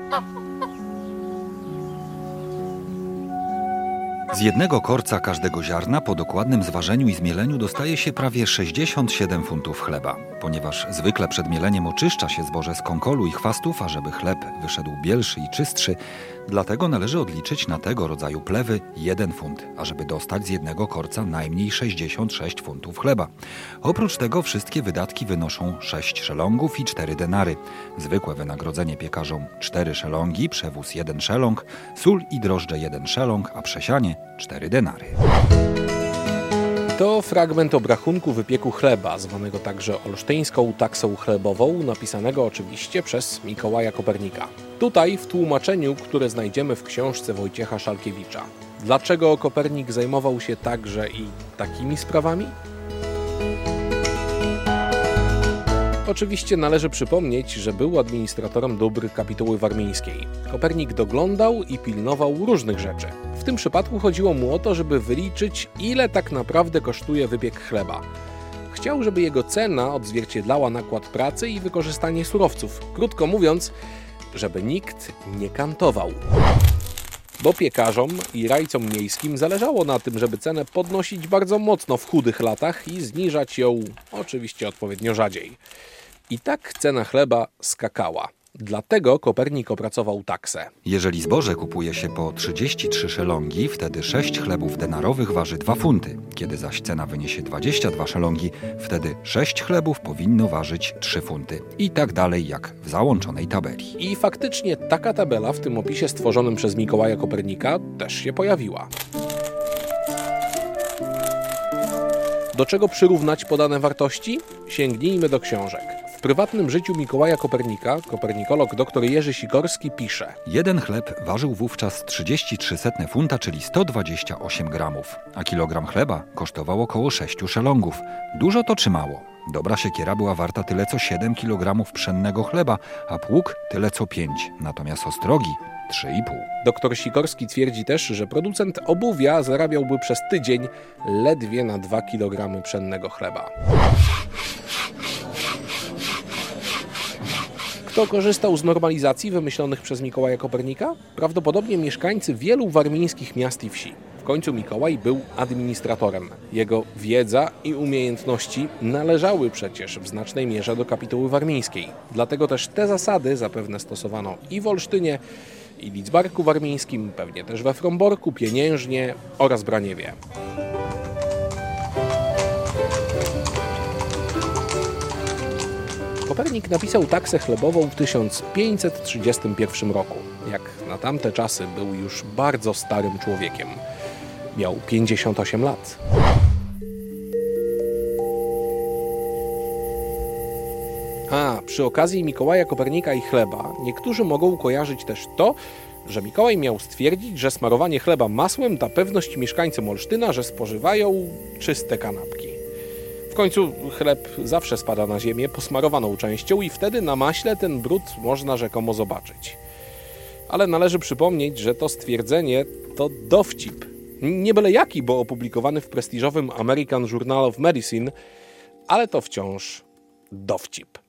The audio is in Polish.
Z jednego korca każdego ziarna po dokładnym zważeniu i zmieleniu dostaje się prawie 67 funtów chleba. Ponieważ zwykle przed mieleniem oczyszcza się zboże z kąkolu i chwastów, ażeby chleb wyszedł bielszy i czystszy, dlatego należy odliczyć na tego rodzaju plewy 1 funt, ażeby dostać z jednego korca najmniej 66 funtów chleba. Oprócz tego wszystkie wydatki wynoszą 6 szelongów i 4 denary. Zwykłe wynagrodzenie piekarzom 4 szelongi, przewóz 1 szelong, sól i drożdże 1 szelong, a przesianie 4 denary. To fragment obrachunku wypieku chleba, zwanego także olsztyńską taksą chlebową, napisanego oczywiście przez Mikołaja Kopernika. Tutaj w tłumaczeniu, które znajdziemy w książce Wojciecha Szalkiewicza. Dlaczego Kopernik zajmował się także i takimi sprawami? Oczywiście należy przypomnieć, że był administratorem dóbr kapituły warmińskiej. Kopernik doglądał i pilnował różnych rzeczy. W tym przypadku chodziło mu o to, żeby wyliczyć, ile tak naprawdę kosztuje wypiek chleba. Chciał, żeby jego cena odzwierciedlała nakład pracy i wykorzystanie surowców. Krótko mówiąc, żeby nikt nie kantował. Bo piekarzom i rajcom miejskim zależało na tym, żeby cenę podnosić bardzo mocno w chudych latach i zniżać ją oczywiście odpowiednio rzadziej. I tak cena chleba skakała. Dlatego Kopernik opracował taksę. Jeżeli zboże kupuje się po 33 szelongi, wtedy 6 chlebów denarowych waży 2 funty. Kiedy zaś cena wyniesie 22 szelongi, wtedy 6 chlebów powinno ważyć 3 funty. I tak dalej jak w załączonej tabeli. I faktycznie taka tabela w tym opisie stworzonym przez Mikołaja Kopernika też się pojawiła. Do czego przyrównać podane wartości? Sięgnijmy do książek. W prywatnym życiu Mikołaja Kopernika kopernikolog dr Jerzy Sikorski pisze: jeden chleb ważył wówczas 33 funta, czyli 128 gramów, a kilogram chleba kosztował około 6 szelongów. Dużo to czy mało? Dobra siekiera była warta tyle co 7 kg pszennego chleba, a pług tyle co 5, natomiast ostrogi 3,5. Dr Sikorski twierdzi też, że producent obuwia zarabiałby przez tydzień ledwie na 2 kg pszennego chleba. Kto korzystał z normalizacji wymyślonych przez Mikołaja Kopernika? Prawdopodobnie mieszkańcy wielu warmińskich miast i wsi. W końcu Mikołaj był administratorem. Jego wiedza i umiejętności należały przecież w znacznej mierze do kapituły warmińskiej. Dlatego też te zasady zapewne stosowano i w Olsztynie, i Lidzbarku Warmińskim, pewnie też we Fromborku, Pieniężnie oraz Braniewie. Kopernik napisał taksę chlebową w 1531 roku. Jak na tamte czasy był już bardzo starym człowiekiem. Miał 58 lat. A przy okazji Mikołaja Kopernika i chleba niektórzy mogą kojarzyć też to, że Mikołaj miał stwierdzić, że smarowanie chleba masłem da pewność mieszkańcom Olsztyna, że spożywają czyste kanapki. W końcu chleb zawsze spada na ziemię posmarowaną częścią i wtedy na maśle ten brud można rzekomo zobaczyć. Ale należy przypomnieć, że to stwierdzenie to dowcip. Nie byle jaki, bo opublikowany w prestiżowym American Journal of Medicine, ale to wciąż dowcip.